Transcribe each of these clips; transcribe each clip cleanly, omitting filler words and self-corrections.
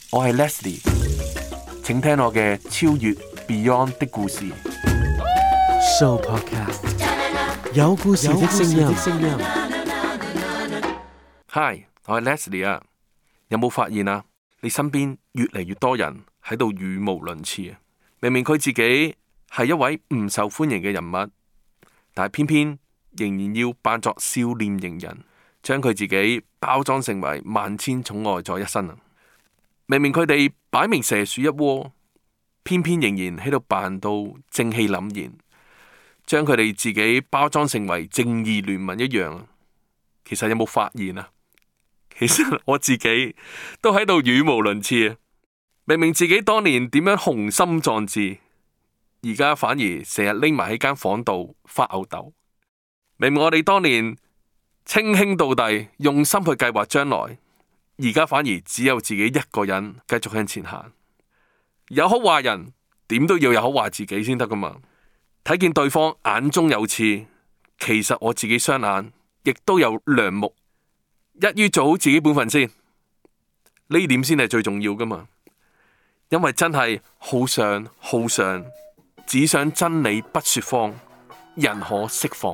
我係 Leslie， 請聽我嘅超越 Beyond 的故事。 Show Podcast 有故事的聲音。 Hi， 我係 Leslie 啊。有冇發現啊？你身邊越嚟越多人喺度語無倫次啊！明明佢自己係一位唔受歡迎嘅人物，但係偏偏仍然要扮作笑臉迎人，將佢自己包裝成為萬千寵愛在一身啊！明明佢哋擺明蛇鼠一窩，偏偏仍然喺度扮到正氣凜然，將佢哋自己包裝成為正義聯盟一樣。其實有冇發現啊？其實我自己都喺度語無倫次啊！明明自己當年點樣雄心壯志，而家反而成日匿埋喺間房度發吽哣。明明我哋當年稱兄道弟，用心去計劃將來，而家反而只有自己一個人繼續向前行。有口話人，點都要有口話自己先得噶嘛。睇見對方眼中有刺，其實我自己雙眼亦都有梁木。一於做好自己本分先，呢點先係最重要噶嘛。因為真係好想，只想真理不說謊，人可釋放。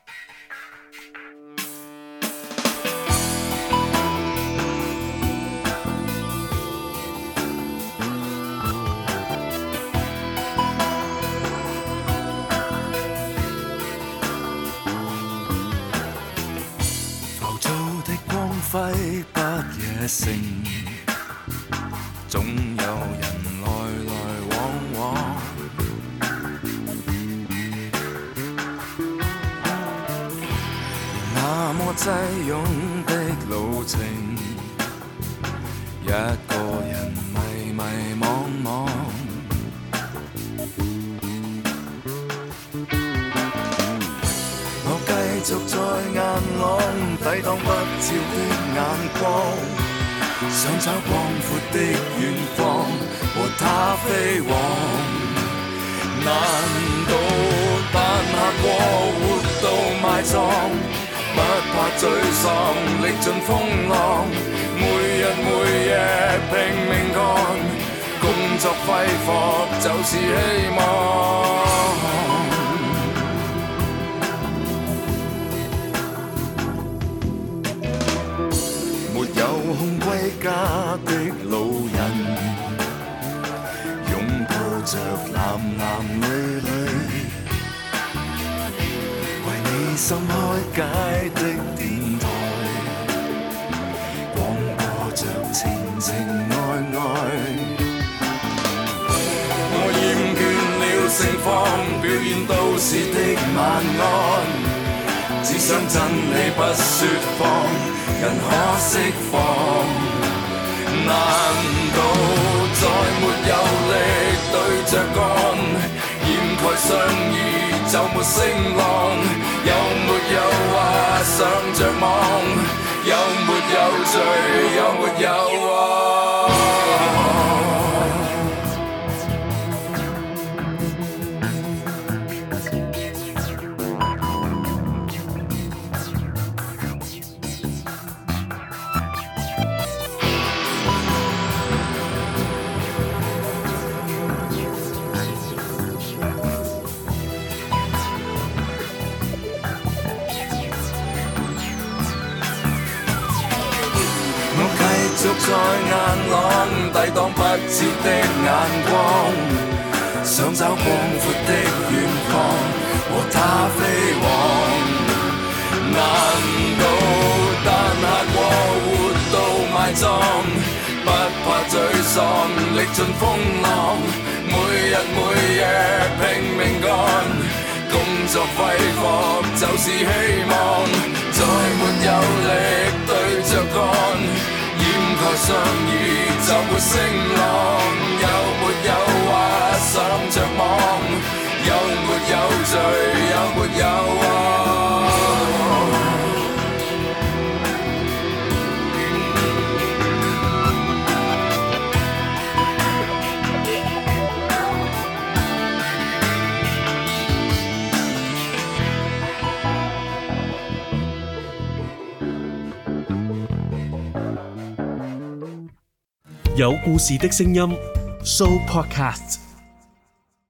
揮不野性，總有人來往往。那麼擠擁的路程，一個人迷惘惘。我繼續在硬朗抵擋不照的眼光，想找廣闊的遠方和它飛往。難道扮下過活到埋葬，不怕沮喪，歷盡風浪，每日每夜拼命幹，工作揮霍就是希望。空歸家的路人，擁抱着男女，為你心開解的電台，廣播着情愛。我厭倦了盛況，表演都市的晚安，只想真理不說謊，人可釋放。難道再沒有力對着幹，掩蓋相依就沒聲浪？有沒有話想着望？有沒有罪？有沒有愛？繼續在硬朗抵擋不切的眼光，想找廣闊的遠方和它飛往。難道單下過活到埋葬，不怕沮喪，歷盡風浪，每日每夜拼命幹，工作揮霍就是希望，再沒有力對着幹，掩蓋相依就沒聲浪。有沒有話想着望？有沒有罪？有沒有愛？ 有故事的聲音 Show Podcast。